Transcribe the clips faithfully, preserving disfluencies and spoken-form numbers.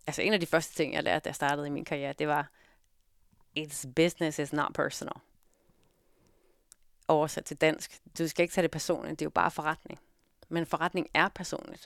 altså en af de første ting, jeg lærte, da jeg startede i min karriere, det var, it's business, is not personal. Oversat til dansk. Du skal ikke tage det personligt, det er jo bare forretning. Men forretning er personligt.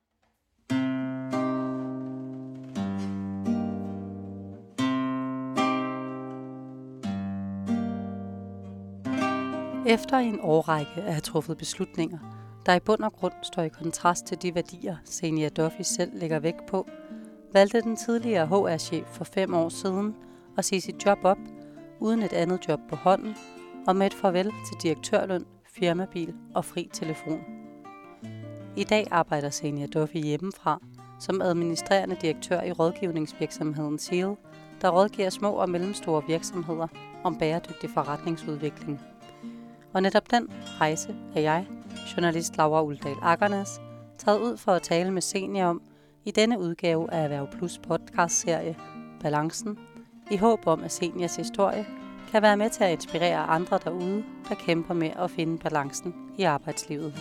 Efter en årrække at have truffet beslutninger, der i bund og grund står i kontrast til de værdier, Zenia Duffy selv lægger vægt på, valgte den tidligere H R-chef for fem år siden at sige sit job op, uden et andet job på hånden, og med et farvel til direktørløn, firmabil og fri telefon. I dag arbejder Zenia Duffy hjemmefra som administrerende direktør i rådgivningsvirksomheden Seal, der rådgiver små og mellemstore virksomheder om bæredygtig forretningsudvikling. Og netop den rejse er jeg, journalist Laura Uldal Akernes, taget ud for at tale med Zenia om i denne udgave af Erhverv Plus podcastserie Balancen, i håb om, at Zenias historie kan være med til at inspirere andre derude, der kæmper med at finde balancen i arbejdslivet.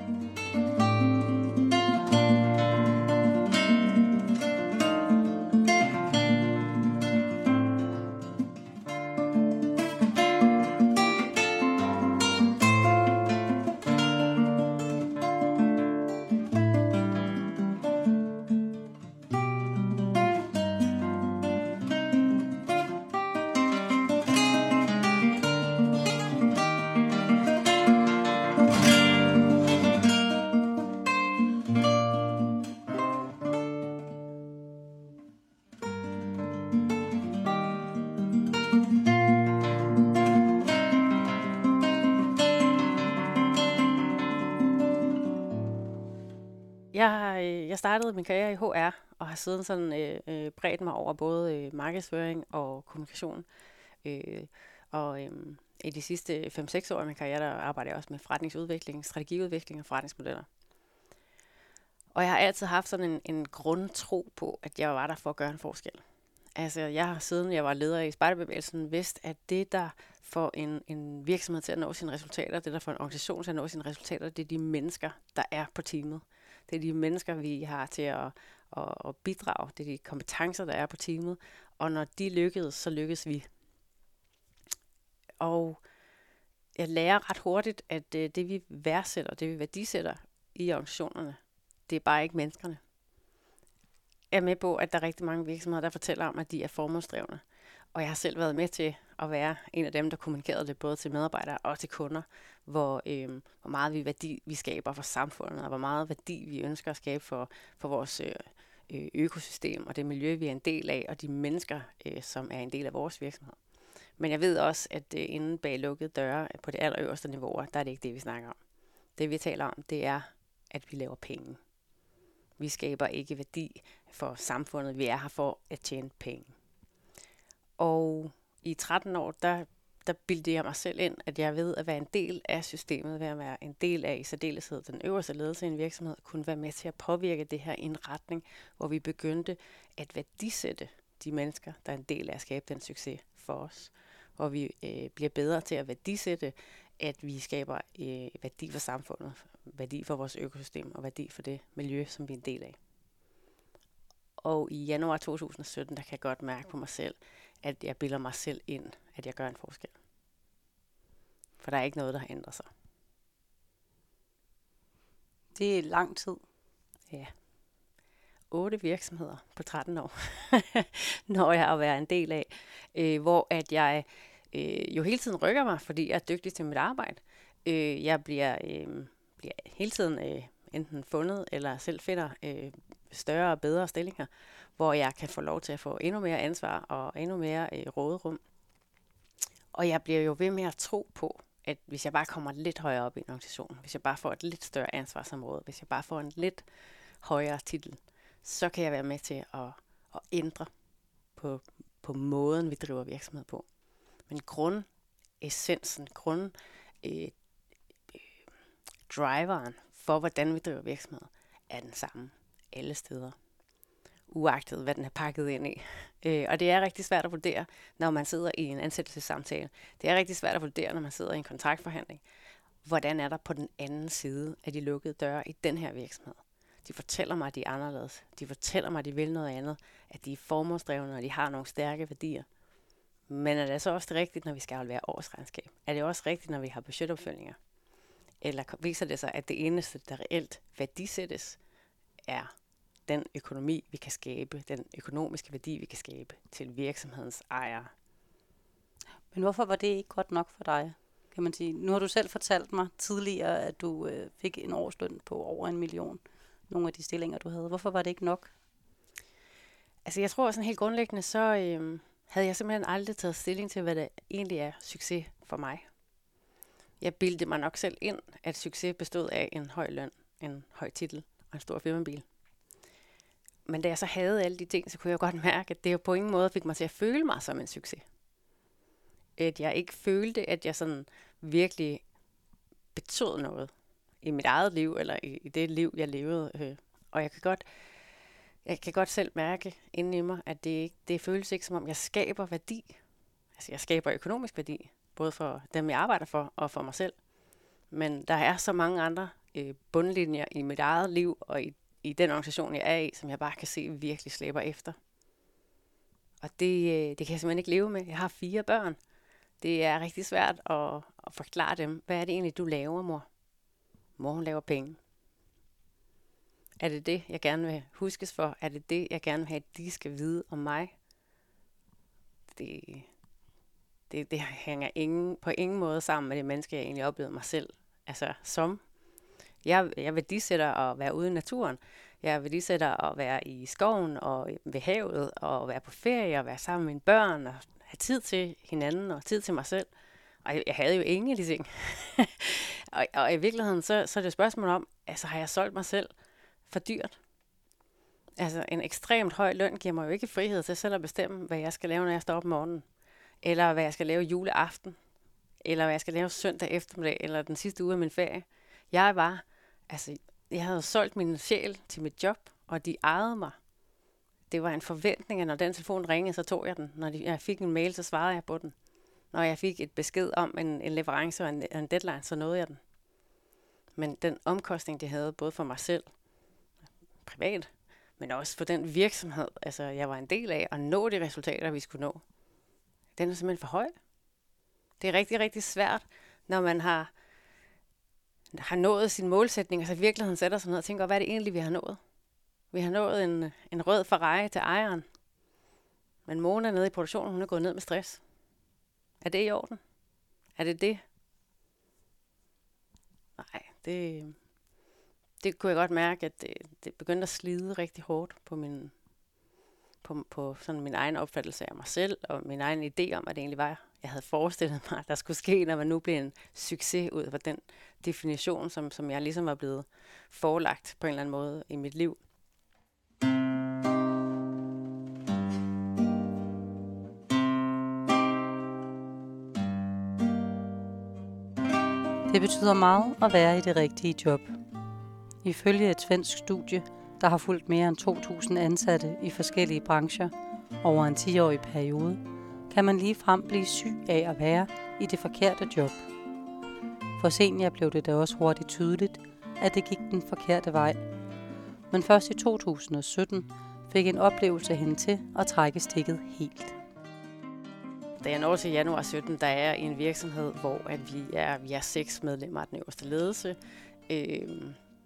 Jeg, øh, jeg startede min karriere i H R, og har siden sådan øh, øh, bredt mig over både øh, markedsføring og kommunikation. Øh, og øh, i de sidste fem seks år af min karriere, der arbejder jeg også med forretningsudvikling, strategiudvikling og forretningsmodeller. Og jeg har altid haft sådan en, en grundtro på, at jeg var der for at gøre en forskel. Altså, jeg har siden jeg var leder i spejderbevægelsen vidst, at det, der får en, en virksomhed til at nå sine resultater, det, der får en organisation til at nå sine resultater, det er de mennesker, der er på teamet. Det er de mennesker, vi har til at, at, at bidrage. Det er de kompetencer, der er på teamet. Og når de lykkedes, så lykkes vi. Og jeg lærer ret hurtigt, at det vi værdsætter, det vi værdisætter i organisationerne, det er bare ikke menneskerne. Jeg er med på, at der er rigtig mange virksomheder, der fortæller om, at de er formålsdrevne. Og jeg har selv været med til at være en af dem, der kommunikerede det både til medarbejdere og til kunder, hvor, øh, hvor meget vi værdi vi skaber for samfundet, og hvor meget værdi vi ønsker at skabe for, for vores øh, økosystem og det miljø, vi er en del af, og de mennesker, øh, som er en del af vores virksomhed. Men jeg ved også, at øh, inden bag lukkede døre på det allerøverste niveauer, der er det ikke det, vi snakker om. Det vi taler om, det er, at vi laver penge. Vi skaber ikke værdi for samfundet, vi er her for at tjene penge. Og i tretten år, der, der bildte jeg mig selv ind, at jeg ved at være en del af systemet, ved at være en del af i særdeleshed den øverste ledelse i en virksomhed, kunne være med til at påvirke det her i en retning, hvor vi begyndte at værdisætte de mennesker, der er en del af at skabe den succes for os. Hvor vi øh, bliver bedre til at værdisætte, at vi skaber øh, værdi for samfundet, værdi for vores økosystem og værdi for det miljø, som vi er en del af. Og i januar to tusind og sytten, der kan jeg godt mærke på mig selv, at jeg bilder mig selv ind, at jeg gør en forskel. For der er ikke noget, der har ændret sig. Det er lang tid. Ja. Otte virksomheder på tretten år, når jeg at være en del af, øh, hvor at jeg øh, jo hele tiden rykker mig, fordi jeg er dygtig til mit arbejde. Øh, jeg bliver, øh, bliver hele tiden øh, enten fundet eller selv finder øh, større og bedre stillinger, hvor jeg kan få lov til at få endnu mere ansvar og endnu mere øh, råderum. Og jeg bliver jo ved med at tro på, at hvis jeg bare kommer lidt højere op i en organisation, hvis jeg bare får et lidt større ansvarsområde, hvis jeg bare får en lidt højere titel, så kan jeg være med til at, at ændre på, på måden, vi driver virksomhed på. Men grundessensen, grund øh, øh, driveren for, hvordan vi driver virksomhed, er den samme alle steder. Uagtet, hvad den er pakket ind i. Øh, og det er rigtig svært at vurdere, når man sidder i en ansættelsessamtale. Det er rigtig svært at vurdere, når man sidder i en kontraktforhandling. Hvordan er der på den anden side af de lukkede døre i den her virksomhed? De fortæller mig, at de er anderledes. De fortæller mig, at de vil noget andet. At de er formålsdrevne, og de har nogle stærke værdier. Men er det så også rigtigt, når vi skal aflevere årsregnskab? Er det også rigtigt, når vi har budgetopfølgninger? Eller viser det sig, at det eneste, der reelt værdisættes, er den økonomi, vi kan skabe, den økonomiske værdi, vi kan skabe til virksomhedens ejere? Men hvorfor var det ikke godt nok for dig, kan man sige? Nu har du selv fortalt mig tidligere, at du øh, fik en årsløn på over en million. Nogle af de stillinger, du havde. Hvorfor var det ikke nok? Altså jeg tror sådan helt grundlæggende, så øh, havde jeg simpelthen aldrig taget stilling til, hvad det egentlig er succes for mig. Jeg bildte mig nok selv ind, at succes bestod af en høj løn, en høj titel og en stor firmabil. Men da jeg så havde alle de ting, så kunne jeg godt mærke, at det jo på ingen måde fik mig til at føle mig som en succes. At jeg ikke følte, at jeg sådan virkelig betød noget i mit eget liv, eller i, i det liv, jeg levede. Øh. Og jeg kan godt, jeg kan godt selv mærke inde i mig, at det, ikke, det føles ikke som om, jeg skaber værdi. Altså jeg skaber økonomisk værdi, både for dem, jeg arbejder for, og for mig selv. Men der er så mange andre øh, bundlinjer i mit eget liv, og i, i den organisation, jeg er i, som jeg bare kan se virkelig slæber efter. Og det, øh, det kan jeg simpelthen ikke leve med. Jeg har fire børn. Det er rigtig svært at, at forklare dem, hvad er det egentlig, du laver, mor? Mor, hun laver penge. Er det det, jeg gerne vil huskes for? Er det det, jeg gerne vil have, at de skal vide om mig? Det, det, det hænger ingen, på ingen måde sammen med det menneske, jeg egentlig oplevede mig selv. Altså som. Jeg, jeg værdisætter at være ude i naturen. Jeg værdisætter at være i skoven og ved havet og være på ferie og være sammen med mine børn og have tid til hinanden og tid til mig selv. Og jeg, jeg havde jo ingen af de ting. og, og i virkeligheden, så, så er det et spørgsmål om, altså har jeg solgt mig selv for dyrt? Altså en ekstremt høj løn giver mig jo ikke frihed til selv at bestemme, hvad jeg skal lave, når jeg står op om morgenen. Eller hvad jeg skal lave juleaften. Eller hvad jeg skal lave søndag eftermiddag. Eller den sidste uge af min ferie. Jeg var, altså jeg havde solgt min sjæl til mit job, og de ejede mig. Det var en forventning, at når den telefon ringede, så tog jeg den. Når jeg fik en mail, så svarede jeg på den. Når jeg fik et besked om en, en leverance og en, en deadline, så nåede jeg den. Men den omkostning, det havde, både for mig selv, privat, men også for den virksomhed, altså jeg var en del af, at nå de resultater, vi skulle nå, den er simpelthen for høj. Det er rigtig, rigtig svært, når man har, har nået sin målsætning, og så i virkeligheden sætter sig ned og tænker, hvad er det egentlig, vi har nået? Vi har nået en, en rød Ferrari til ejeren, men Mona nede i produktionen, hun er gået ned med stress. Er det i orden? Er det det? Nej, det, det kunne jeg godt mærke, at det, det begyndte at slide rigtig hårdt på min, på, på sådan min egen opfattelse af mig selv, og min egen idé om, at det egentlig var, jeg havde forestillet mig, at der skulle ske, når man nu blev en succes ud fra den definition, som, som jeg ligesom var blevet forelagt på en eller anden måde i mit liv. Det betyder meget at være i det rigtige job. Ifølge et svensk studie, der har fulgt mere end to tusind ansatte i forskellige brancher over en ti-årig periode, kan man ligefrem blive syg af at være i det forkerte job. For Senior blev det da også hurtigt tydeligt, at det gik den forkerte vej. Men først i to tusind og sytten fik en oplevelse hende til at trække stikket helt. Da jeg når til januar sytten, der er jeg i en virksomhed, hvor at vi, er, vi er seks medlemmer af den øverste ledelse. Øh,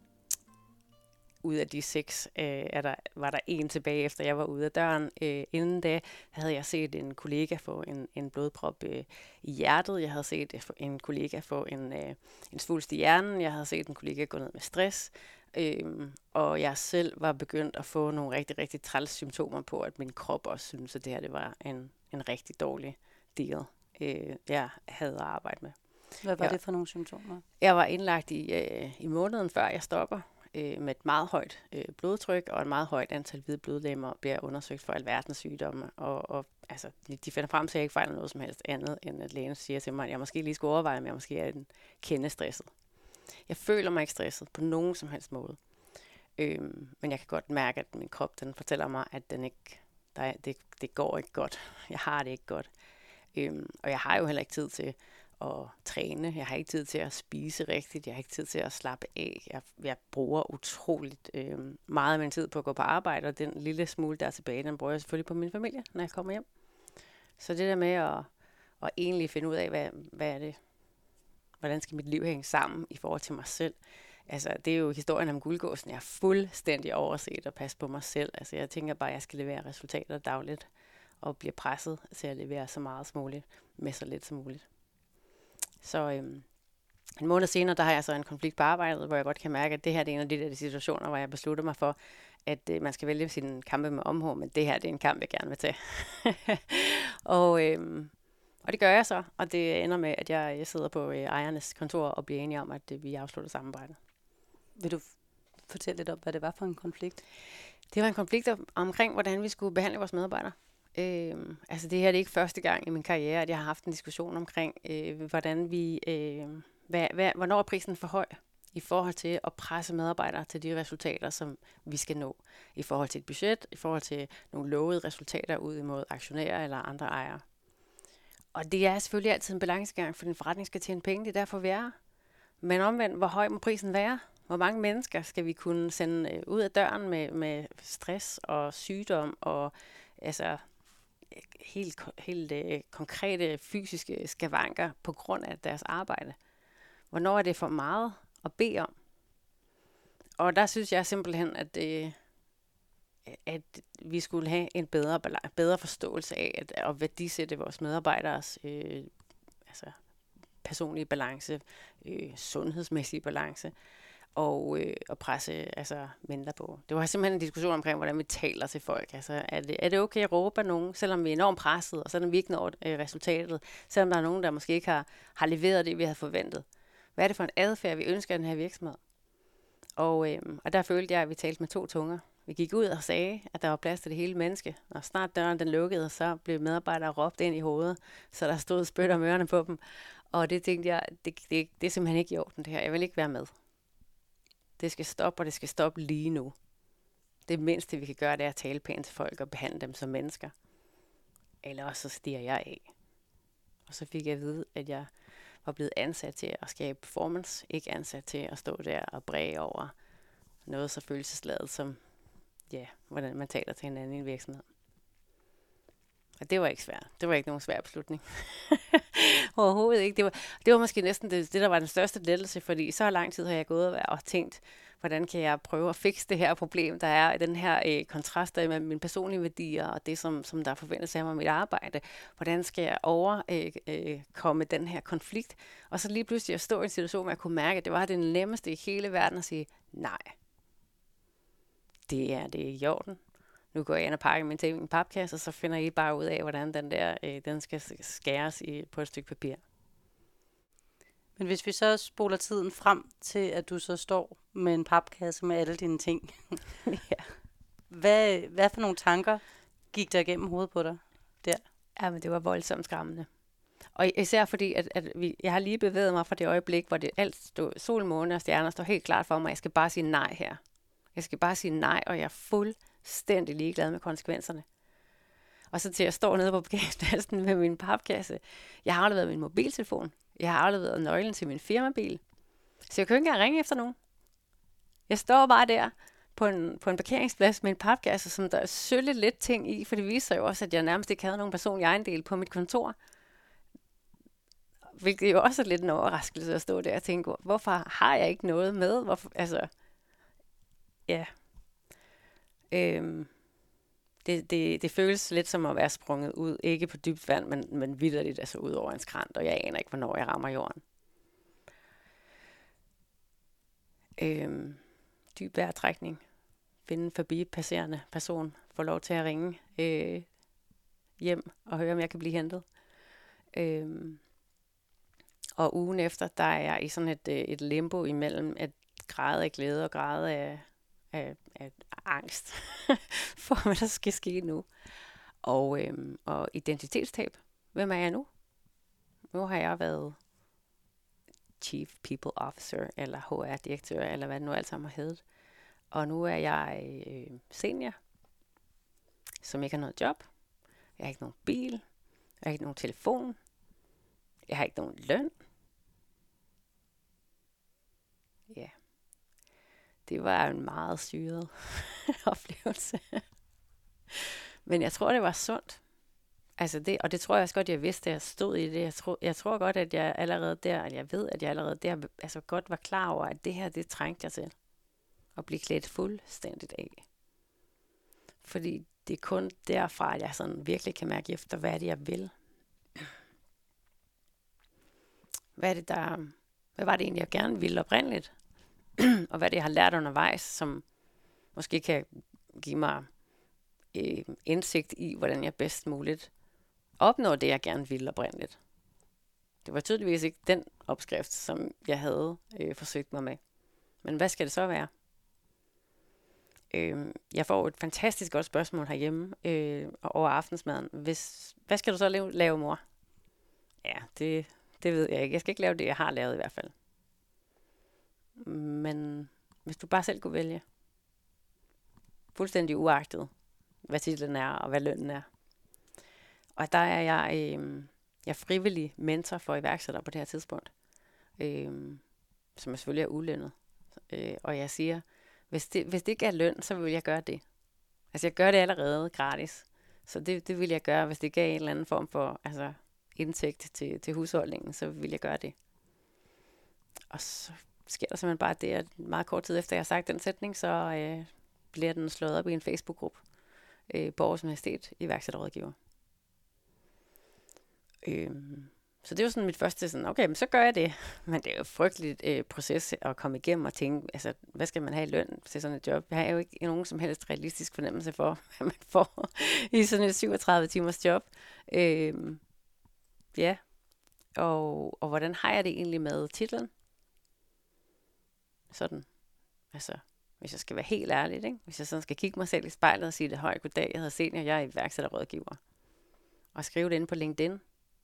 ud af de seks øh, er der, var der en tilbage, efter jeg var ude af døren. Øh, inden da havde jeg set en kollega få en, en blodprop øh, i hjertet. Jeg havde set en kollega få en, øh, en svulst i hjernen. Jeg havde set en kollega gå ned med stress. Øh, og jeg selv var begyndt at få nogle rigtig, rigtig træls symptomer på, at min krop også syntes, at det her det var en, en rigtig dårlig deal, øh, jeg havde at arbejde med. Hvad var jeg, det for nogle symptomer? Jeg var indlagt i, øh, i måneden, før jeg stopper, øh, med et meget højt øh, blodtryk, og et meget højt antal hvide blodlegemer bliver undersøgt for alverdens sygdomme. Og, og altså, de, de finder frem til, at jeg ikke fejler noget som helst andet, end at lægen siger til mig, at jeg måske lige skal overveje, om jeg måske er en kende stresset. Jeg føler mig ikke stresset på nogen som helst måde. Øhm, men jeg kan godt mærke, at min krop den fortæller mig, at den ikke, der, det, det går ikke godt. Jeg har det ikke godt. Øhm, og jeg har jo heller ikke tid til at træne. Jeg har ikke tid til at spise rigtigt. Jeg har ikke tid til at slappe af. Jeg, jeg bruger utroligt øh, meget af min tid på at gå på arbejde, og den lille smule, der er tilbage, den bruger jeg selvfølgelig på min familie, når jeg kommer hjem. Så det der med at, at egentlig finde ud af, hvad, hvad er det, hvordan skal mit liv hænge sammen i forhold til mig selv. Altså, det er jo historien om guldgåsen. Jeg er fuldstændig overset at passe på mig selv. Altså, jeg tænker bare, at jeg skal levere resultater dagligt, og bliver presset til at levere så meget som muligt, med så lidt som muligt. Så øhm, en måned senere, der har jeg så en konflikt på arbejdet, hvor jeg godt kan mærke, at det her det er en af de der situationer, hvor jeg beslutter mig for, at øh, man skal vælge sine kampe med omhu, men det her det er en kamp, jeg gerne vil tage. og, øhm, og det gør jeg så, og det ender med, at jeg, jeg sidder på øh, ejernes kontor og bliver enige om, at øh, vi afslutter samarbejdet. Vil du fortælle lidt om, hvad det var for en konflikt? Det var en konflikt om, omkring, hvordan vi skulle behandle vores medarbejdere. Øh, altså det her det er ikke første gang i min karriere, at jeg har haft en diskussion omkring, øh, hvordan vi, øh, hvad, hvad, hvornår er prisen for høj i forhold til at presse medarbejdere til de resultater, som vi skal nå. I forhold til et budget, i forhold til nogle lovede resultater ud imod aktionærer eller andre ejere. Og det er selvfølgelig altid en balancegang, for den forretning skal tjene penge, det er derfor vi er. Men omvendt, hvor høj må prisen være? Hvor mange mennesker skal vi kunne sende øh, ud af døren med, med stress og sygdom og altså helt, helt øh, konkrete fysiske skavanker på grund af deres arbejde? Hvornår er det for meget at bede om? Og der synes jeg simpelthen, at, øh, at vi skulle have en bedre, bedre forståelse af at, at værdisætte vores medarbejderes øh, altså personlige balance, øh, sundhedsmæssige balance, og, øh, og presse altså, mindre på. Det var simpelthen en diskussion omkring, hvordan vi taler til folk. Altså, er det, er det okay at råbe af nogen, selvom vi er enormt presset, og selvom vi ikke når øh, resultatet, selvom der er nogen, der måske ikke har, har leveret det, vi havde forventet? Hvad er det for en adfærd, vi ønsker i den her virksomhed? Og, øh, og der følte jeg, at vi talte med to tunger. Vi gik ud og sagde, at der var plads til det hele menneske, og snart døren den lukkede, så blev medarbejdere råbt ind i hovedet, så der stod spyt om ørerne på dem. Og det tænkte jeg, det, det, det er simpelthen ikke i orden det her. Jeg vil ikke være med. Det skal stoppe, og det skal stoppe lige nu. Det mindste, vi kan gøre, det er at tale pænt til folk og behandle dem som mennesker. Eller også så stiger jeg af. Og så fik jeg at vide, at jeg var blevet ansat til at skabe performance, ikke ansat til at stå der og bræge over noget så følelsesladet som, ja, hvordan man taler til hinanden i en virksomhed. Og det var ikke svært. Det var ikke nogen svær beslutning. Overhovedet ikke. Det var, det var måske næsten det, det, der var den største lettelse, fordi så lang tid har jeg gået og, og tænkt, hvordan kan jeg prøve at fikse det her problem, der er i den her øh, kontrast mellem mine personlige værdier og det, som, som der forventes af mig i mit arbejde. Hvordan skal jeg overkomme øh, øh, den her konflikt? Og så lige pludselig at stå i en situation, hvor jeg kunne mærke, at det var det nemmeste i hele verden at sige, nej, det er det ikke i orden. Nu går jeg ind og pakker min ting i en papkasse, og så finder I bare ud af, hvordan den der øh, den skal skæres i, på et stykke papir. Men hvis vi så spoler tiden frem til, at du så står med en papkasse med alle dine ting. ja. hvad, hvad for nogle tanker gik der igennem hovedet på dig der? Ja, men det var voldsomt skræmmende. Og især fordi, at, at vi, jeg har lige bevæget mig fra det øjeblik, hvor det alt stod, sol, måne og stjerner står helt klart for mig. Jeg skal bare sige nej her. Jeg skal bare sige nej, og jeg er fuldstændig ligeglad med konsekvenserne. Og så til at stå nede på parkeringspladsen med min papkasse. Jeg har afleveret min mobiltelefon. Jeg har afleveret nøglen til min firmabil. Så jeg kan ikke engang ringe efter nogen. Jeg står bare der på en, på en parkeringsplads med en papkasse, som der er sølle lidt ting i, for det viser jo også, at jeg nærmest ikke havde nogen personlig ejendel på mit kontor. Hvilket jo også er lidt en overraskelse at stå der og tænke, hvorfor har jeg ikke noget med? Hvorfor, altså, ja. Øhm. Det, det, det føles lidt som at være sprunget ud, ikke på dybt vand, men, men vitterligt altså ud over en skrant, og jeg aner ikke, hvornår jeg rammer jorden. Øhm, dyb vejrtrækning. Finde en forbipasserende person. Få lov til at ringe øh, hjem og høre, om jeg kan blive hentet. Øhm, og ugen efter, der er jeg i sådan et, et limbo imellem at græde af glæde og græde af Af, af angst for, hvad der skal ske nu. Og, øhm, og identitetstab. Hvem er jeg nu? Nu har jeg været Chief People Officer, eller H R-direktør, eller hvad det nu alt sammen har heddet. Og nu er jeg øh, senior, som ikke har noget job. Jeg har ikke nogen bil. Jeg har ikke nogen telefon. Jeg har ikke nogen løn. Ja, det var en meget syret oplevelse. Men jeg tror, det var sundt. Altså det, og det tror jeg også godt, jeg vidste, at jeg stod i det. Jeg tror, jeg tror godt, at jeg allerede der, at jeg ved, at jeg allerede der altså godt var klar over, at det her, det trængte jeg til. At blive klædt fuldstændigt af. Fordi det er kun derfra, at jeg sådan virkelig kan mærke efter, hvad er det, jeg vil. Hvad er det, der... Hvad var det egentlig, jeg gerne ville oprindeligt? Og hvad det, jeg har lært undervejs, som måske kan give mig øh, indsigt i, hvordan jeg bedst muligt opnår det, jeg gerne ville oprindeligt. Det var tydeligvis ikke den opskrift, som jeg havde øh, forsøgt mig med. Men hvad skal det så være? Øh, jeg får et fantastisk godt spørgsmål herhjemme øh, over aftensmaden. Hvis, hvad skal du så lave, lave, mor? Ja, det, det ved jeg ikke. Jeg skal ikke lave det, jeg har lavet i hvert fald. Men hvis du bare selv kunne vælge, fuldstændig uagtet, hvad titlen er og hvad lønnen er. Og der er jeg, øh, jeg er frivillig mentor for iværksættere på det her tidspunkt, øh, som selvfølgelig er ulønnet. Øh, og jeg siger, hvis det, hvis det ikke er løn, så vil jeg gøre det. Altså jeg gør det allerede gratis, så det, det vil jeg gøre, hvis det gav en eller anden form for altså, indtægt til, til husholdningen, så vil jeg gøre det. Og så sker der simpelthen bare det, at meget kort tid efter jeg har sagt den sætning, så øh, bliver den slået op i en Facebook-gruppe øh, på Aarhus Universitet, iværksætterrådgiver. Øhm, så det var sådan mit første sådan, okay, men så gør jeg det. Men det er jo et frygteligt øh, proces at komme igennem og tænke, altså, hvad skal man have i løn til sådan et job? Jeg har jo ikke nogen som helst realistisk fornemmelse for, hvad man får i sådan et syvogtredive timers job. Øhm, ja, og, og hvordan har jeg det egentlig med titlen? Sådan, altså, hvis jeg skal være helt ærlig, ikke? Hvis jeg sådan skal kigge mig selv i spejlet og sige det højt, goddag, jeg hedder Senior, jeg er iværksætterrådgiver. Og skrive det inde på LinkedIn.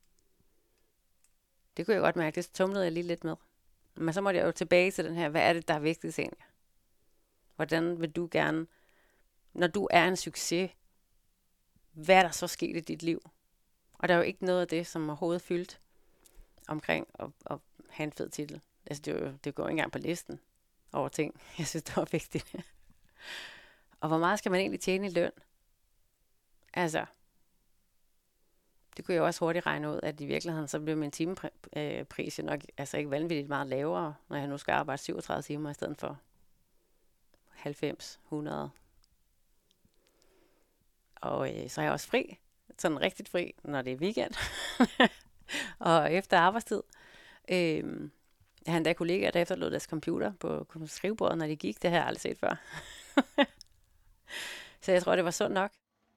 Det kunne jeg godt mærke, det tumlede jeg lige lidt med. Men så måtte jeg jo tilbage til den her, hvad er det, der er vigtigt, Senior? Hvordan vil du gerne, når du er en succes, hvad er der så sket i dit liv? Og der er jo ikke noget af det, som overhovedet fyldt omkring at, at have en fed titel. Altså det, jo, det går ikke engang på listen over ting, jeg synes, det var vigtigt. Og hvor meget skal man egentlig tjene i løn? Altså, det kunne jeg også hurtigt regne ud, at i virkeligheden, så bliver min timepris jo nok altså ikke vanvittigt meget lavere, når jeg nu skal arbejde syvogtredive timer i stedet for halvfems hundrede. Og øh, så er jeg også fri, sådan rigtigt fri, når det er weekend og efter arbejdstid. Øh, jeg har endda kollegaer, der efterlod deres computer på skrivebordet, når de gik. Det har jeg aldrig set før. Så jeg tror, det var sundt nok.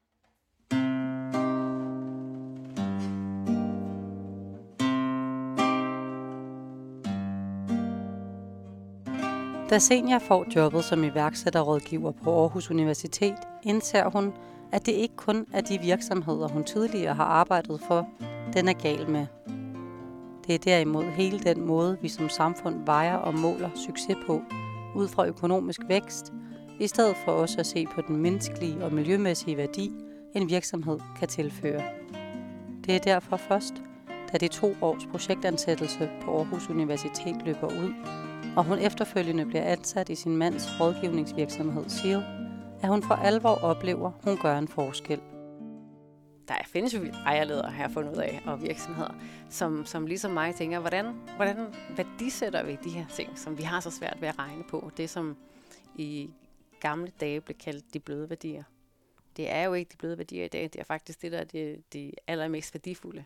Da Senior får jobbet som iværksætterrådgiver på Aarhus Universitet, indser hun, at det ikke kun er de virksomheder, hun tidligere har arbejdet for, den er gal med. Det er derimod hele den måde, vi som samfund vejer og måler succes på, ud fra økonomisk vækst, i stedet for også at se på den menneskelige og miljømæssige værdi, en virksomhed kan tilføre. Det er derfor først, da de to års projektansættelse på Aarhus Universitet løber ud, og hun efterfølgende bliver ansat i sin mands rådgivningsvirksomhed Seal, at hun for alvor oplever, at hun gør en forskel. Der findes jo ejerledere, har jeg fundet ud af, og virksomheder, som, som ligesom mig tænker, hvordan, hvordan værdisætter vi de her ting, som vi har så svært ved at regne på. Det, som i gamle dage blev kaldt de bløde værdier. Det er jo ikke de bløde værdier i dag, det er faktisk det, der er de, de allermest værdifulde.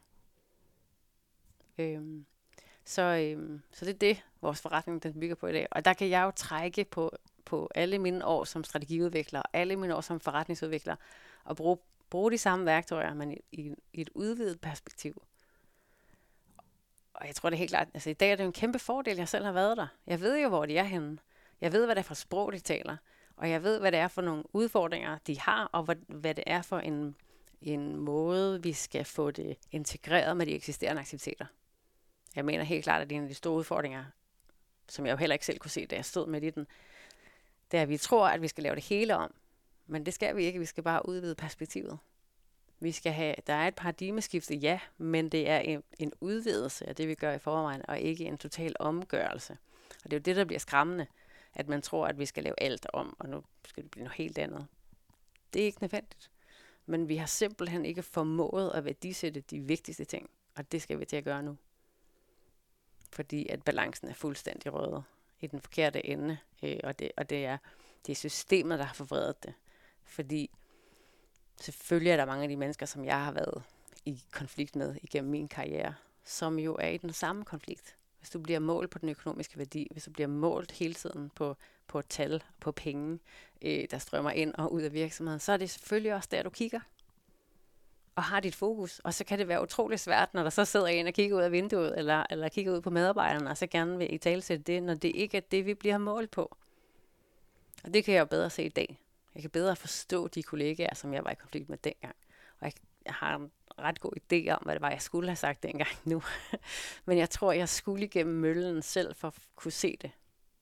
Øhm, så, øhm, så det er det, vores forretning den bygger på i dag. Og der kan jeg jo trække på, på alle mine år som strategiudvikler, og alle mine år som forretningsudvikler, og bruge Bruge de samme værktøjer, men i, i, i et udvidet perspektiv. Og jeg tror det er helt klart, altså i dag er det en kæmpe fordel, jeg selv har været der. Jeg ved jo, hvor de er henne. Jeg ved, hvad det er for sprog, de taler. Og jeg ved, hvad det er for nogle udfordringer, de har, og hvad, hvad det er for en, en måde, vi skal få det integreret med de eksisterende aktiviteter. Jeg mener helt klart, at det er en af de store udfordringer, som jeg jo heller ikke selv kunne se, da jeg stod midt i den, det er, at vi tror, at vi skal lave det hele om. Men det skal vi ikke, vi skal bare udvide perspektivet. Vi skal have, der er et paradigmeskifte, ja, men det er en, en udvidelse af det, vi gør i forvejen, og ikke en total omgørelse. Og det er jo det, der bliver skræmmende, at man tror, at vi skal lave alt om, og nu skal det blive noget helt andet. Det er ikke nødvendigt. Men vi har simpelthen ikke formået at værdisætte de vigtigste ting, og det skal vi til at gøre nu. Fordi at balancen er fuldstændig røget i den forkerte ende, øh, og, det, og det, er, det er systemet, der har forvredet det. Fordi selvfølgelig er der mange af de mennesker, som jeg har været i konflikt med igennem min karriere, som jo er i den samme konflikt. Hvis du bliver målt på den økonomiske værdi, hvis du bliver målt hele tiden på, på et tal, på penge, øh, der strømmer ind og ud af virksomheden, så er det selvfølgelig også der, du kigger og har dit fokus. Og så kan det være utrolig svært, når der så sidder en og kigger ud af vinduet, eller, eller kigger ud på medarbejderne, og så gerne vil italesætte det, når det ikke er det, vi bliver målt på. Og det kan jeg jo bedre se i dag. Jeg kan bedre forstå de kollegaer, som jeg var i konflikt med dengang. Og jeg, jeg har en ret god idé om, hvad det var, jeg skulle have sagt dengang nu. Men jeg tror, jeg skulle igennem møllen selv for at kunne se det.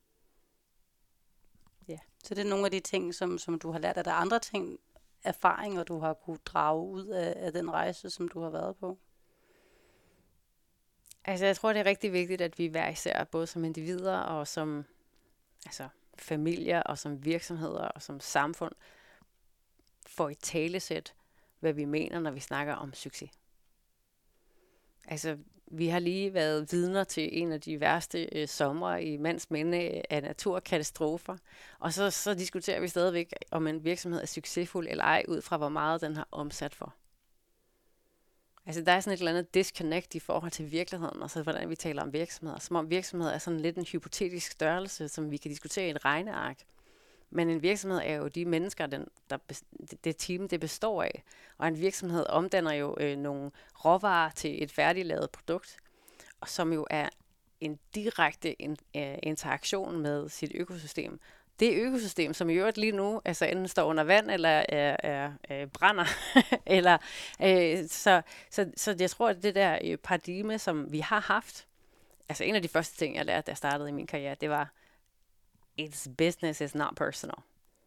Ja. Så det er nogle af de ting, som, som du har lært. Er der andre ting, erfaringer, du har kunne drage ud af, af den rejse, som du har været på? Altså, jeg tror, det er rigtig vigtigt, at vi hver især, både som individer og som altså, familier og som virksomheder og som samfund, får i talesæt, hvad vi mener, når vi snakker om succes. Altså, vi har lige været vidner til en af de værste øh, somre i mands minde af naturkatastrofer. Og så, så diskuterer vi stadigvæk, om en virksomhed er succesfuld eller ej, ud fra hvor meget den har omsat for. Altså, der er sådan et eller andet disconnect i forhold til virkeligheden, og så hvordan vi taler om virksomheder. Som om virksomheder er sådan lidt en hypotetisk størrelse, som vi kan diskutere i et regneark. Men en virksomhed er jo de mennesker, den, der, det team, det består af. Og en virksomhed omdanner jo øh, nogle råvarer til et færdiglavet produkt, og som jo er en direkte in, øh, interaktion med sit økosystem. Det økosystem, som i øvrigt lige nu altså enten står under vand, eller er, er, er brænder. eller, øh, så, så, så jeg tror, at det der øh, paradigme, som vi har haft, altså en af de første ting, jeg lærte, da jeg startede i min karriere, det var, it's business, is not personal.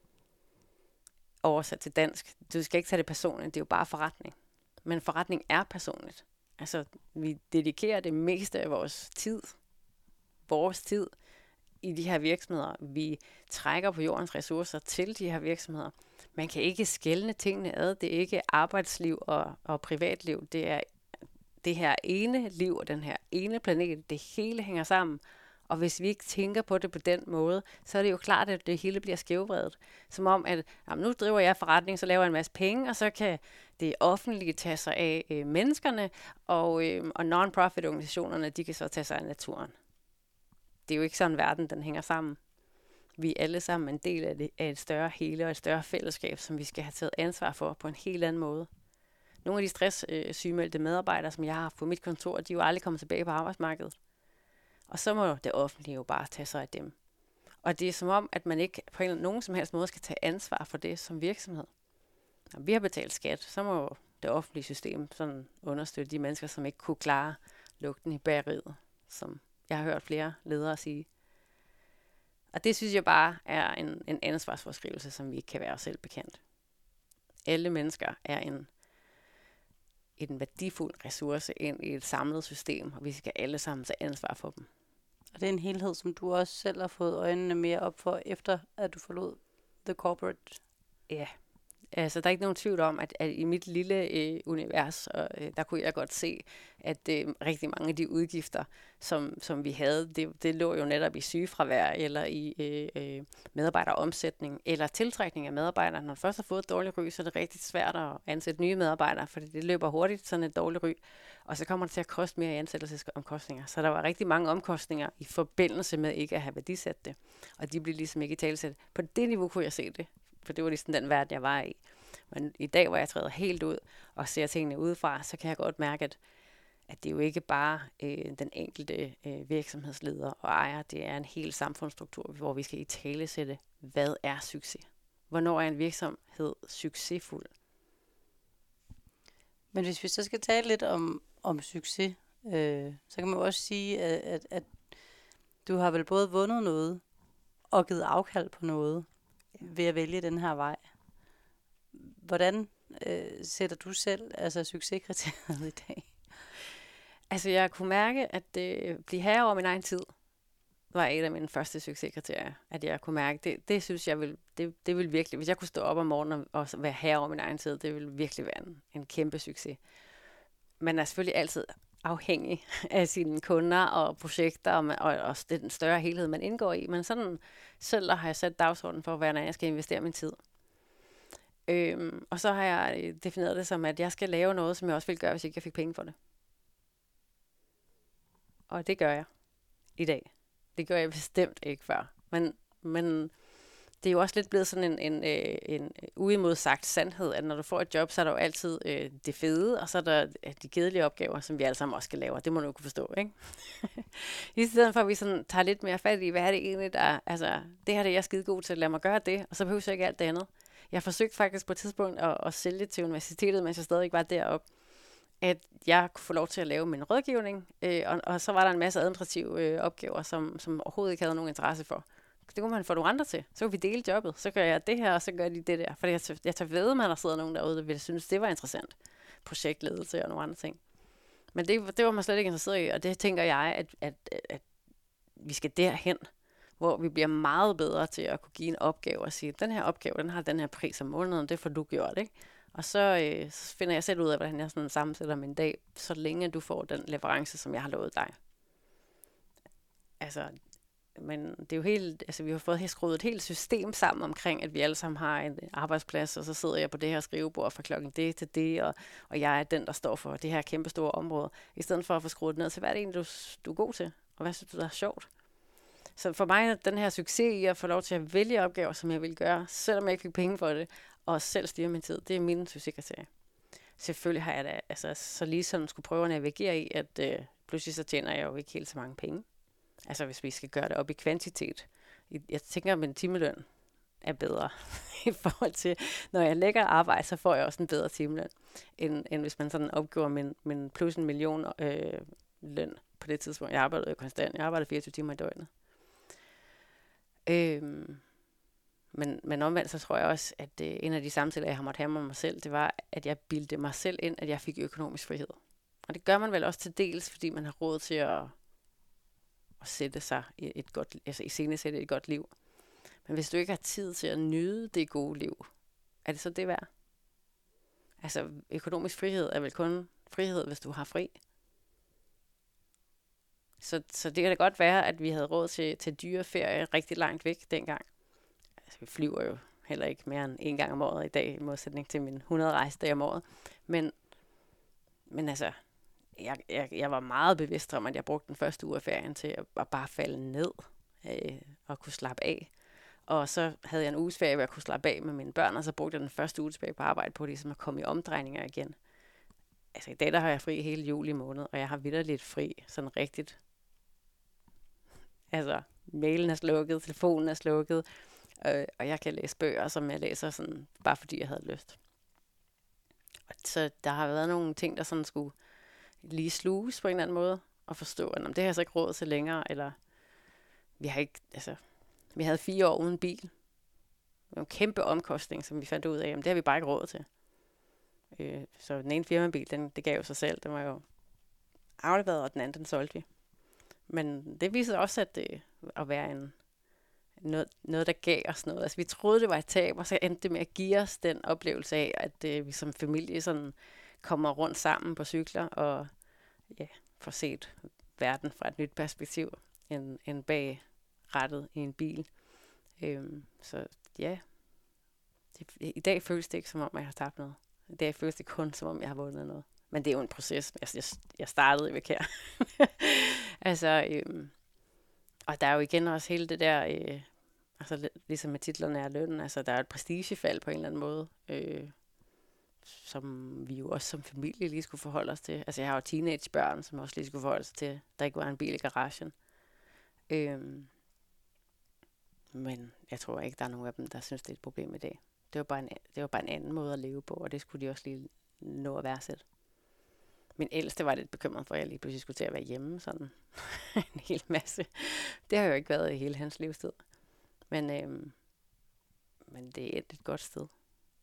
Oversat til dansk. Du skal ikke tage det personligt, det er jo bare forretning. Men forretning er personligt. Altså, vi dedikerer det meste af vores tid, vores tid, i de her virksomheder. Vi trækker på jordens ressourcer til de her virksomheder. Man kan ikke skelne tingene ad. Det er ikke arbejdsliv og, og privatliv. Det er det her ene liv og den her ene planet. Det hele hænger sammen. Og hvis vi ikke tænker på det på den måde, så er det jo klart, at det hele bliver skævvredet. Som om, at jamen, nu driver jeg forretning, så laver jeg en masse penge, og så kan det offentlige tage sig af øh, menneskerne, og, øh, og non-profit organisationerne, de kan så tage sig af naturen. Det er jo ikke sådan, verden den hænger sammen. Vi er alle sammen en del af, det, af et større hele og et større fællesskab, som vi skal have taget ansvar for på en helt anden måde. Nogle af de stresssygemeldte medarbejdere, som jeg har haft på mit kontor, de er jo aldrig kommet tilbage på arbejdsmarkedet. Og så må det offentlige jo bare tage sig af dem. Og det er som om, at man ikke på en, nogen som helst måde skal tage ansvar for det som virksomhed. Når vi har betalt skat, så må det offentlige system sådan understøtte de mennesker, som ikke kunne klare lugten i bageriet, som jeg har hørt flere ledere sige. Og det synes jeg bare er en, en ansvarsforskrivelse, som vi ikke kan være os selv bekendt. Alle mennesker er en, en værdifuld ressource ind i et samlet system, og vi skal alle sammen tage ansvar for dem. Og det er en helhed, som du også selv har fået øjnene mere op for, efter at du forlod The Corporate. Ja, altså der er ikke nogen tvivl om, at, at i mit lille øh, univers, og, øh, der kunne jeg godt se, at øh, rigtig mange af de udgifter, som, som vi havde, det, det lå jo netop i sygefravær, eller i øh, øh, medarbejderomsætning, eller tiltrækning af medarbejdere. Når du først har fået et dårligt ry, så er det rigtig svært at ansætte nye medarbejdere, fordi det løber hurtigt, sådan et dårligt ry, og så kommer det til at koste mere i ansættelsesomkostninger. Så der var rigtig mange omkostninger i forbindelse med ikke at have værdisat det, og de blev ligesom ikke i talesæt. På det niveau kunne jeg se det. For det var ligesom den verden, jeg var i. Men i dag, hvor jeg træder helt ud og ser tingene udefra, så kan jeg godt mærke, at, at det jo ikke bare øh, den enkelte øh, virksomhedsleder og ejer. Det er en hel samfundsstruktur, hvor vi skal i talesætte, hvad er succes? Hvornår er en virksomhed succesfuld? Men hvis vi så skal tale lidt om, om succes, øh, så kan man også sige, at, at, at du har vel både vundet noget og givet afkald på noget ved at vælge den her vej. Hvordan øh, sætter du selv altså succeskriteriet i dag? Altså, jeg kunne mærke, at det blive herre over min egen tid, var et af mine første succeskriterier. At jeg kunne mærke, det, det synes jeg vil, det, det vil virkelig, hvis jeg kunne stå op om morgenen og, og være herre over min egen tid, det ville virkelig være en, en kæmpe succes. Man er selvfølgelig altid afhængig af sine kunder og projekter, og, og, og den større helhed, man indgår i. Men sådan selv har jeg sat dagsordenen for, hvordan jeg skal investere min tid. Øhm, og så har jeg defineret det som, at jeg skal lave noget, som jeg også ville gøre, hvis ikke jeg fik penge for det. Og det gør jeg i dag. Det gør jeg bestemt ikke før. Men, men det er jo også lidt blevet sådan en, en, en, en uimodsagt sandhed, at når du får et job, så er der jo altid øh, det fede, og så er der de kedelige opgaver, som vi alle sammen også skal lave. Det må du jo kunne forstå, ikke? I stedet for, at vi sådan tager lidt mere fat i, hvad er det egentlig, der altså, det her det er jeg skide god til, lad mig gøre det, og så behøver jeg ikke alt det andet. Jeg forsøgte faktisk på et tidspunkt at, at sælge til universitetet, mens jeg stadig var deroppe, at jeg kunne få lov til at lave min rådgivning, øh, og, og så var der en masse administrative øh, opgaver, som, som overhovedet ikke havde nogen interesse for. Det kunne man få nogle andre til. Så kunne vi dele jobbet. Så gør jeg det her, og så gør de det der. For jeg, jeg tager ved, at der sidder nogen derude, der ville synes, det var interessant. Projektledelse og nogle andre ting. Men det, det var man slet ikke interesseret i, og det tænker jeg, at, at, at vi skal derhen, hvor vi bliver meget bedre til at kunne give en opgave og sige, den her opgave, den har den her pris om måneden, det får du gjort, ikke? Og så, øh, så finder jeg selv ud af, hvordan jeg sådan sammensætter min dag, så længe du får den leverance, som jeg har lovet dig. Altså, men det er jo helt, altså vi har fået helt skruet et helt system sammen omkring, at vi alle sammen har en arbejdsplads, og så sidder jeg på det her skrivebord fra klokken det til det, og, og jeg er den, der står for det her kæmpe store område, i stedet for at få skruet ned til, hvad er det egentlig, du, du er god til, og hvad synes du, der er sjovt. Så for mig er den her succes i at få lov til at vælge opgaver, som jeg vil gøre, selvom jeg ikke fik penge for det, og selv styre min tid, det er min succeskriterie. Selvfølgelig har jeg da, altså så lige sådan skulle prøve at navigere i, at øh, pludselig så tjener jeg jo ikke helt så mange penge. Altså hvis vi skal gøre det op i kvantitet. Jeg tænker, at min timeløn er bedre i forhold til, når jeg lægger arbejde, så får jeg også en bedre timeløn, end, end hvis man sådan opgjorde min, min plus en million øh, løn på det tidspunkt. Jeg arbejdede jo konstant. Jeg arbejdede fireogtyve timer i døgnet. Øhm, men, men omvendt så tror jeg også, at øh, en af de samtaler, jeg har måttet have med mig selv, det var, at jeg bildte mig selv ind, at jeg fik økonomisk frihed. Og det gør man vel også til dels, fordi man har råd til at og sætte sig i et godt, altså iscenesætte et godt liv. Men hvis du ikke har tid til at nyde det gode liv, er det så det værd? Altså, økonomisk frihed er vel kun frihed, hvis du har fri. Så, så det kan da godt være, at vi havde råd til, til dyre ferie rigtig langt væk dengang. Altså, vi flyver jo heller ikke mere end en gang om året i dag, i modsætning til min hundrede rejsedage om året. Men, men altså, Jeg, jeg, jeg var meget bevidst om, at jeg brugte den første uge af ferien til at, at bare falde ned øh, og kunne slappe af. Og så havde jeg en uges ferie, hvor jeg kunne slappe af med mine børn, og så brugte jeg den første uge tilbage på arbejde på, ligesom at komme i omdrejninger igen. Altså i dag, der har jeg fri hele juli måned, og jeg har vitterligt fri, sådan rigtigt. Altså, mailen er slukket, telefonen er slukket, øh, og jeg kan læse bøger, som jeg læser sådan, bare fordi jeg havde lyst. Og så der har været nogle ting, der sådan skulle lige sluges på en eller anden måde, og forstå, at det har jeg så ikke råd til længere, eller vi har ikke, altså, vi havde fire år uden bil. Det var en kæmpe omkostning, som vi fandt ud af, men det har vi bare ikke råd til. Øh, så den ene firmabil, den, det gav jo sig selv, den var jo afleveret, og den anden, den solgte vi. Men det viser også, at det at være en, noget, noget, der gav os noget. Altså vi troede, det var et tab, og så endte det med at give os den oplevelse af, at øh, vi som familie sådan kommer rundt sammen på cykler, og ja, får set verden fra et nyt perspektiv, end, end bag rattet i en bil. Øhm, så ja, det, i dag føles det ikke, som om jeg har tabt noget. I dag føles det kun, som om jeg har vundet noget. Men det er jo en proces. Jeg, jeg, jeg startede jo ikke her. altså, øhm, og der er jo igen også hele det der, øh, altså ligesom med titlerne er lønnen, altså der er et prestigefald på en eller anden måde, øh, som vi jo også som familie lige skulle forholde os til. Altså jeg har jo teenagebørn, som også lige skulle forholde sig til, der ikke var en bil i garagen. Øhm, men jeg tror ikke, der er nogen af dem, der synes, det er et problem i dag. Det var bare en, det var bare en anden måde at leve på, og det skulle de også lige nå at værdsætte. Min ældste var lidt bekymret for, at jeg lige pludselig skulle til at være hjemme sådan en hel masse. Det har jo ikke været i hele hans livstid. Men, øhm, men det er et, et godt sted.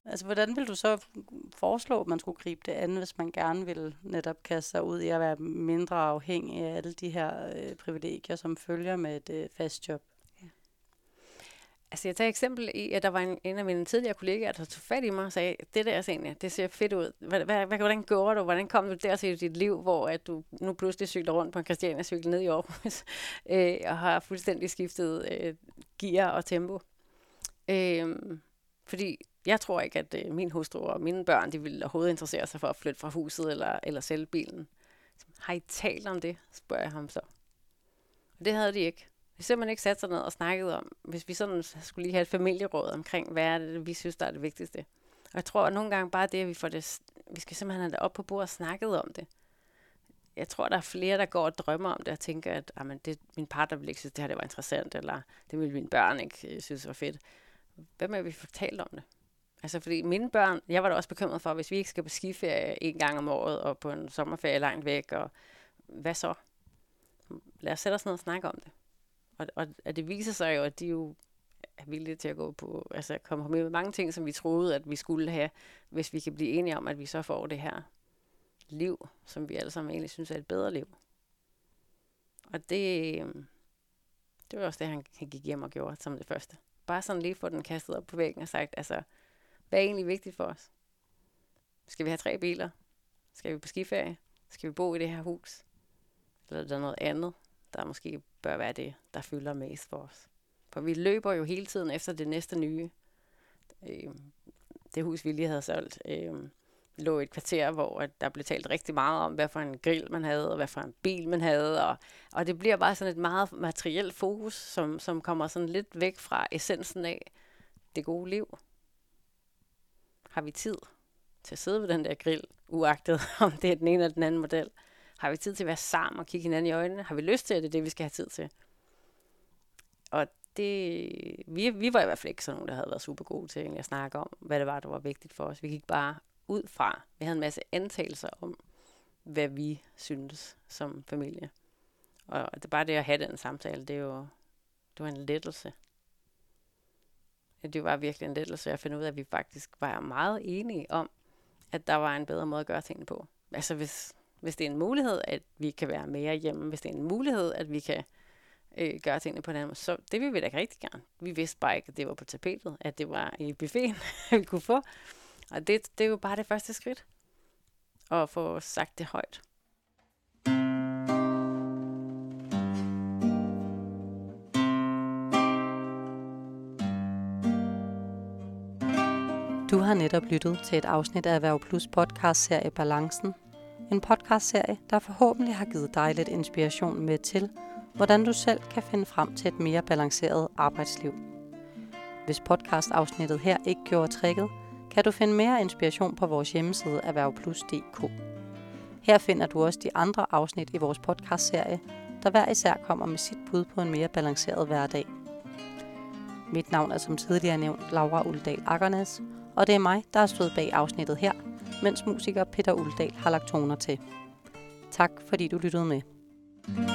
Altså, hvordan vil du så foreslå, at man skulle gribe det an, hvis man gerne vil netop kaste sig ud i at være mindre afhængig af alle de her øh, privilegier, som følger med et øh, fast job? Ja. Altså, jeg tager et eksempel i, at der var en, en af mine tidligere kollegaer, der tog fat i mig og sagde, det der, Zenia, det ser fedt ud. Hvad, hvad, hvordan går du? Hvordan kom du der til dit liv, hvor at du nu pludselig cykler rundt på en Christiania-cykel ned i Aarhus, øh, og har fuldstændig skiftet øh, gear og tempo? Øh, fordi jeg tror ikke, at øh, min hustru og mine børn, de ville overhovedet interessere sig for at flytte fra huset eller, eller sælge bilen. Har I talt om det, spørger jeg ham så. Og det havde de ikke. Vi simpelthen ikke sat sig ned og snakket om, hvis vi sådan skulle lige have et familieråd omkring, hvad er det, vi synes, der er det vigtigste. Og jeg tror, at nogle gange bare det, at vi får det, vi skal simpelthen have det op på bordet og snakket om det. Jeg tror, der er flere, der går og drømmer om det og tænker, at jamen, det, min partner ville ikke synes, det her det var interessant, eller det ville mine børn ikke synes var fedt. Hvem er vi fortalt om det? Altså, fordi mine børn, jeg var da også bekymret for, hvis vi ikke skal på skiferie en gang om året, og på en sommerferie langt væk, og hvad så? Lad os sætte os ned og snakke om det. Og, og, og det viser sig jo, at de jo er villige til at gå på, altså komme med mange ting, som vi troede, at vi skulle have, hvis vi kan blive enige om, at vi så får det her liv, som vi alle sammen egentlig synes er et bedre liv. Og det, det var også det, han, han gik hjem og gjorde som det første. Bare sådan lige få den kastet op på væggen og sagt, altså, hvad er egentlig vigtigt for os? Skal vi have tre biler? Skal vi på skiferie? Skal vi bo i det her hus? Eller er der noget andet, der måske bør være det, der fylder mest for os? For vi løber jo hele tiden efter det næste nye. Det hus, vi lige havde solgt, lå i et kvarter, hvor der blev talt rigtig meget om, hvad for en grill man havde, og hvad for en bil man havde. Og, og det bliver bare sådan et meget materielt fokus, som, som kommer sådan lidt væk fra essensen af det gode liv. Har vi tid til at sidde ved den der grill, uagtet om det er den ene eller den anden model? Har vi tid til at være sammen og kigge hinanden i øjnene? Har vi lyst til, at det er det, vi skal have tid til? Og det, vi, vi var i hvert fald ikke sådan nogen, der havde været super gode til egentlig at snakke om, hvad det var, der var vigtigt for os. Vi gik bare ud fra. Vi havde en masse antagelser om, hvad vi syntes som familie. Og det er bare det at have den samtale, det er jo det var en lettelse. Det var virkelig en lettelse at finde ud af, at vi faktisk var meget enige om, at der var en bedre måde at gøre tingene på. Altså hvis, hvis det er en mulighed, at vi kan være mere hjemme, hvis det er en mulighed, at vi kan øh, gøre tingene på den anden måde, så det vil vi da rigtig gerne. Vi vidste bare ikke, at det var på tapetet, at det var i buffeten, vi kunne få. Og det, det er jo bare det første skridt, at få sagt det højt. Du har netop lyttet til et afsnit af Erhverv Plus podcastserie Balancen. En podcastserie, der forhåbentlig har givet dig lidt inspiration med til, hvordan du selv kan finde frem til et mere balanceret arbejdsliv. Hvis podcastafsnittet her ikke gjorde tricket, kan du finde mere inspiration på vores hjemmeside erhvervplus punktum d k. Her finder du også de andre afsnit i vores podcastserie, der hver især kommer med sit bud på en mere balanceret hverdag. Mit navn er som tidligere nævnt Laura Uldal Akkernes, og det er mig, der har stået bag afsnittet her, mens musiker Peter Uldal har lagt toner til. Tak fordi du lyttede med.